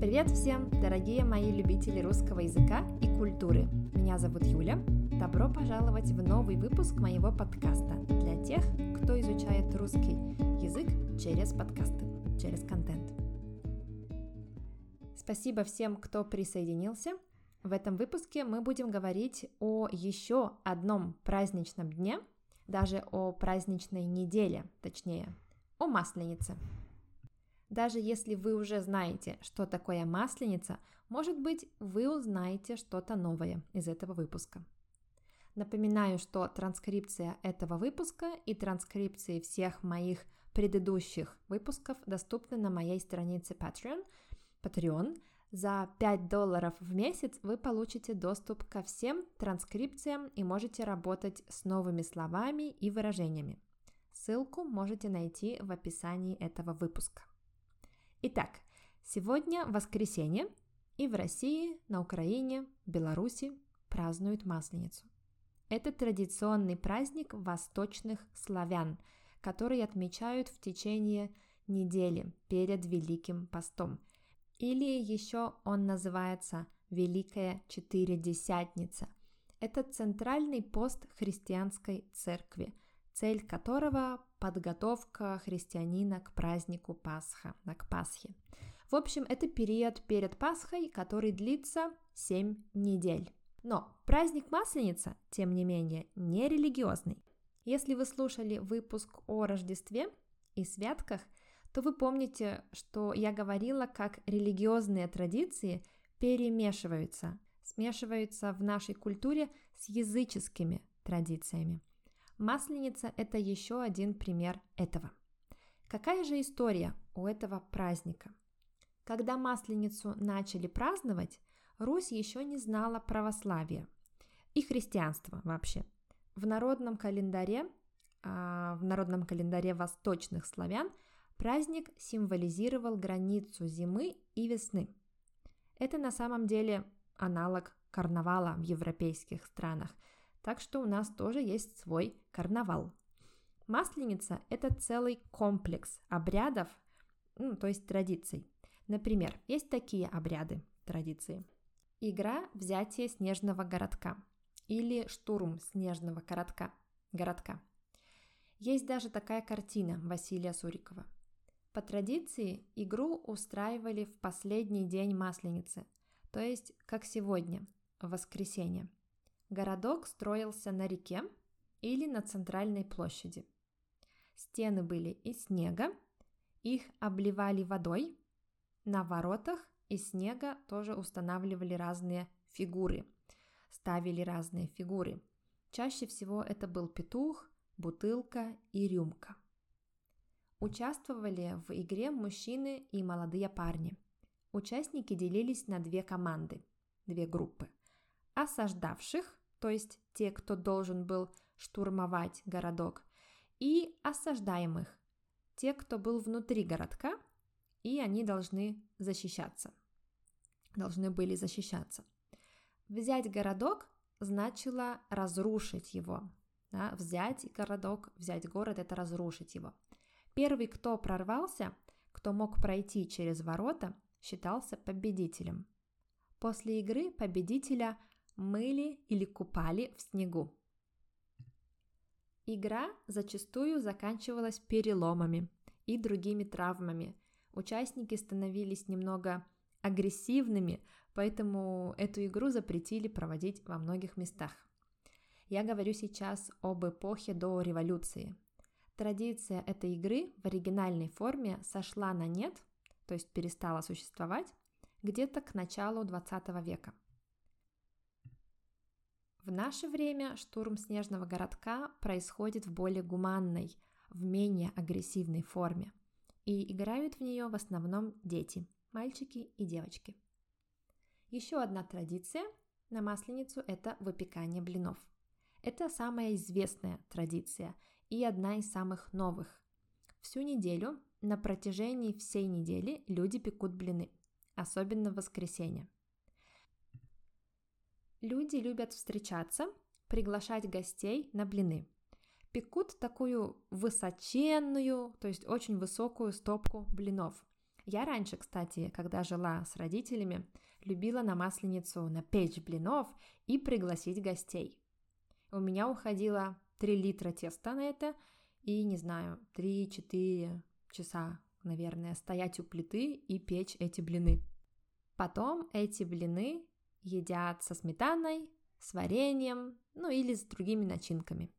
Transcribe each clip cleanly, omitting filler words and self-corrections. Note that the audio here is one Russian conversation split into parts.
Привет всем, дорогие мои любители русского языка и культуры. Меня зовут Юля. Добро пожаловать в новый выпуск моего подкаста для тех, кто изучает русский язык через подкасты, через контент. Спасибо всем, кто присоединился. В этом выпуске мы будем говорить о еще одном праздничном дне, даже о праздничной неделе, точнее, о Масленице. Даже если вы уже знаете, что такое Масленица, может быть, вы узнаете что-то новое из этого выпуска. Напоминаю, что транскрипция этого выпуска и транскрипции всех моих предыдущих выпусков доступны на моей странице Patreon. За $5 в месяц вы получите доступ ко всем транскрипциям и можете работать с новыми словами и выражениями. Ссылку можете найти в описании этого выпуска. Итак, сегодня воскресенье, и в России, на Украине, Беларуси празднуют Масленицу. Это традиционный праздник восточных славян, который отмечают в течение недели перед Великим постом. Или еще он называется Великая Четыредесятница. Это центральный пост христианской церкви, цель которого – подготовка христианина к празднику Пасха, к Пасхе. В общем, это период перед Пасхой, который длится 7 недель. Но праздник Масленица, тем не менее, не религиозный. Если вы слушали выпуск о Рождестве и святках, то вы помните, что я говорила, как религиозные традиции смешиваются в нашей культуре с языческими традициями. Масленица – это еще один пример этого. Какая же история у этого праздника? Когда Масленицу начали праздновать, Русь еще не знала православия и христианства вообще. В народном календаре восточных славян праздник символизировал границу зимы и весны. Это на самом деле аналог карнавала в европейских странах. Так что у нас тоже есть свой карнавал. Масленица – это целый комплекс обрядов, то есть традиций. Например, есть такие обряды, традиции. Игра «Взятие снежного городка» или «Штурм снежного городка». Есть даже такая картина Василия Сурикова. По традиции игру устраивали в последний день Масленицы, то есть как сегодня, в воскресенье. Городок строился на реке или на центральной площади. Стены были из снега, их обливали водой. На воротах из снега тоже устанавливали разные фигуры, ставили разные фигуры. Чаще всего это был петух, бутылка и рюмка. Участвовали в игре мужчины и молодые парни. Участники делились на две группы. Осаждавших, то есть те, кто должен был штурмовать городок, и осаждаемых, те, кто был внутри городка, и они должны были защищаться. Взять городок значило разрушить его. Да? Взять город – это разрушить его. Первый, кто прорвался, кто мог пройти через ворота, считался победителем. После игры победителя мыли или купали в снегу. Игра зачастую заканчивалась переломами и другими травмами. Участники становились немного агрессивными, поэтому эту игру запретили проводить во многих местах. Я говорю сейчас об эпохе до революции. Традиция этой игры в оригинальной форме сошла на нет, то есть перестала существовать, где-то к началу 20 века. В наше время штурм снежного городка происходит в более гуманной, в менее агрессивной форме, и играют в нее в основном дети, мальчики и девочки. Еще одна традиция на Масленицу – это выпекание блинов. Это самая известная традиция и одна из самых новых. Всю неделю, на протяжении всей недели люди пекут блины, особенно в воскресенье. Люди любят встречаться, приглашать гостей на блины. Пекут такую высоченную, то есть очень высокую стопку блинов. Я раньше, кстати, когда жила с родителями, любила на Масленицу напечь блинов и пригласить гостей. У меня уходило 3 литра теста на это и, не знаю, 3-4 часа, наверное, стоять у плиты и печь эти блины. Потом эти блины едят со сметаной, с вареньем, или с другими начинками.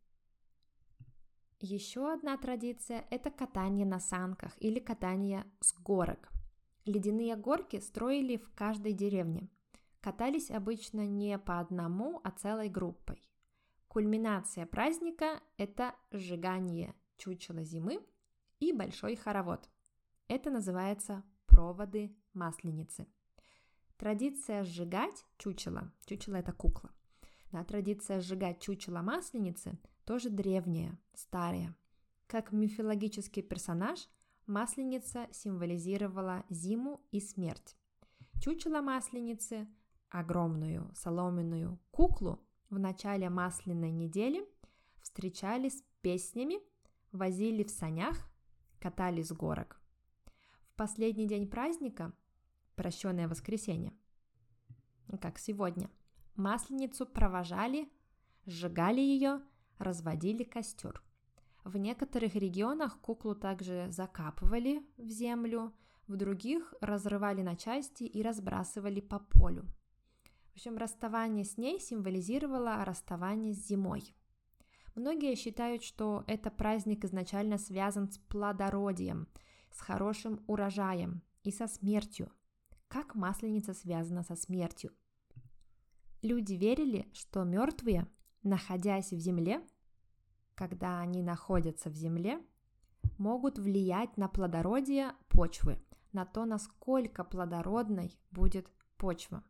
Еще одна традиция – это катание на санках или катание с горок. Ледяные горки строили в каждой деревне. Катались обычно не по одному, а целой группой. Кульминация праздника – это сжигание чучела зимы и большой хоровод. Это называется проводы Масленицы. Традиция сжигать чучело – это кукла. Традиция сжигать чучело Масленицы тоже древняя, старая. Как мифологический персонаж, Масленица символизировала зиму и смерть. Чучело Масленицы, огромную соломенную куклу, в начале масляной недели встречали с песнями, возили в санях, катали с горок. В последний день праздника, прощенное воскресенье, как сегодня, Масленицу провожали, сжигали ее, разводили костер. В некоторых регионах куклу также закапывали в землю, в других разрывали на части и разбрасывали по полю. В общем, расставание с ней символизировало расставание с зимой. Многие считают, что этот праздник изначально связан с плодородием, с хорошим урожаем и со смертью. Как Масленица связана со смертью? Люди верили, что мертвые, находясь в земле, когда они находятся в земле, могут влиять на плодородие почвы, на то, насколько плодородной будет почва.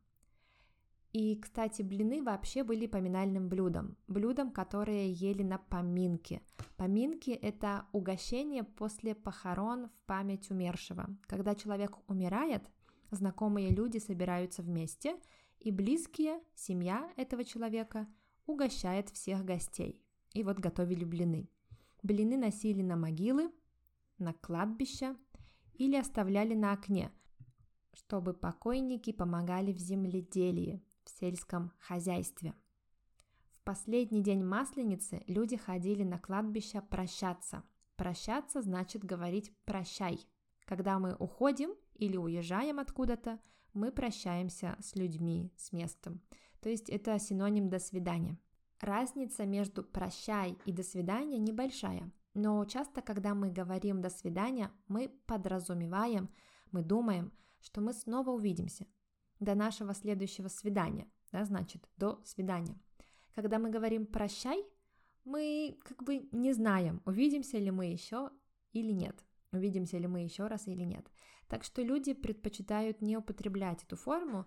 И, кстати, блины вообще были поминальным блюдом, которое ели на поминки. Поминки – это угощение после похорон в память умершего. Когда человек умирает, знакомые люди собираются вместе, и близкие, семья этого человека, угощает всех гостей. И вот готовили блины. Блины носили на могилы, на кладбища или оставляли на окне, чтобы покойники помогали в земледелии, в сельском хозяйстве. В последний день Масленицы люди ходили на кладбище прощаться. Прощаться значит говорить «прощай». Когда мы уходим или уезжаем откуда-то, мы прощаемся с людьми, с местом. То есть это синоним «до свидания». Разница между «прощай» и «до свидания» небольшая, но часто, когда мы говорим «до свидания», мы подразумеваем, мы думаем, что мы снова увидимся. До нашего следующего свидания, значит, до свидания. Когда мы говорим «прощай», мы не знаем, увидимся ли мы еще или нет, увидимся ли мы еще раз или нет. Так что люди предпочитают не употреблять эту форму,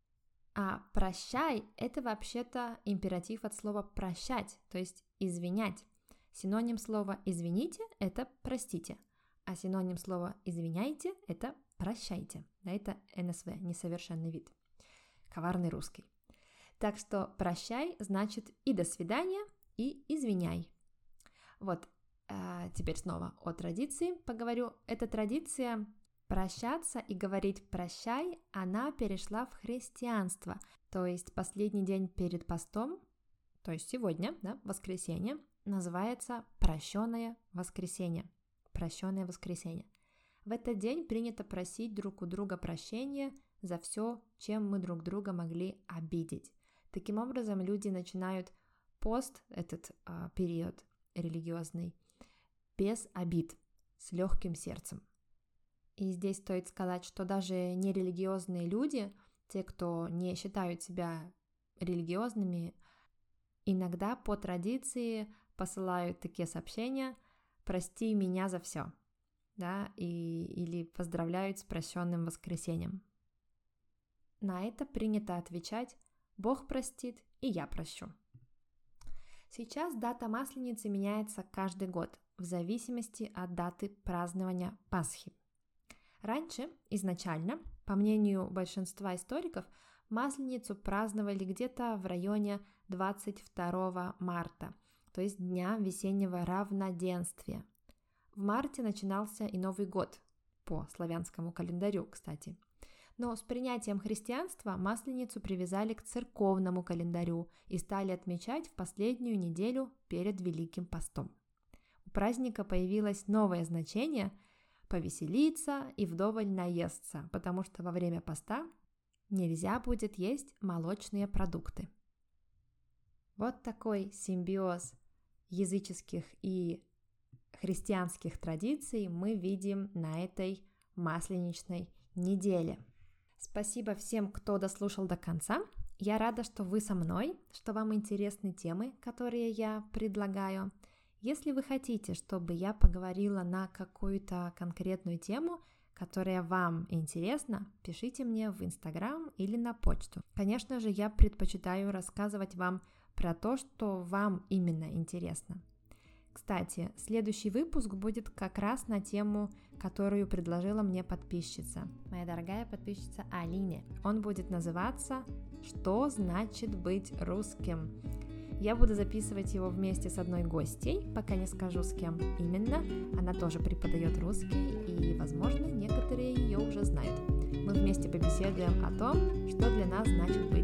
а «прощай» – это вообще-то императив от слова «прощать», то есть «извинять». Синоним слова «извините» – это «простите», а синоним слова «извиняйте» – это «прощайте». Это НСВ, несовершенный вид, коварный русский. Так что «прощай» значит и «до свидания», и «извиняй». Вот, теперь снова о традиции поговорю. Эта традиция прощаться и говорить «прощай», она перешла в христианство, то есть последний день перед постом, то есть сегодня, воскресенье, называется «прощенное воскресенье». Прощенное воскресенье. В этот день принято просить друг у друга прощения за все, чем мы друг друга могли обидеть. Таким образом, люди начинают пост, этот период религиозный, без обид, с легким сердцем. И здесь стоит сказать, что даже нерелигиозные люди, те, кто не считают себя религиозными, иногда по традиции посылают такие сообщения «прости меня за все», или поздравляют с прощенным воскресеньем. На это принято отвечать «Бог простит, и я прощу». Сейчас дата Масленицы меняется каждый год в зависимости от даты празднования Пасхи. Раньше, изначально, по мнению большинства историков, Масленицу праздновали где-то в районе 22 марта, то есть Дня весеннего равноденствия. В марте начинался и Новый год, по славянскому календарю, кстати. Но с принятием христианства Масленицу привязали к церковному календарю и стали отмечать в последнюю неделю перед Великим постом. У праздника появилось новое значение – повеселиться и вдоволь наесться, потому что во время поста нельзя будет есть молочные продукты. Вот такой симбиоз языческих и христианских традиций мы видим на этой масленичной неделе. Спасибо всем, кто дослушал до конца. Я рада, что вы со мной, что вам интересны темы, которые я предлагаю. Если вы хотите, чтобы я поговорила на какую-то конкретную тему, которая вам интересна, пишите мне в Instagram или на почту. Конечно же, я предпочитаю рассказывать вам про то, что вам именно интересно. Кстати, следующий выпуск будет как раз на тему, которую предложила мне подписчица, моя дорогая подписчица Алине. Он будет называться «Что значит быть русским?». Я буду записывать его вместе с одной гостьей, пока не скажу, с кем именно. Она тоже преподает русский, и, возможно, некоторые ее уже знают. Мы вместе побеседуем о том, что для нас значит быть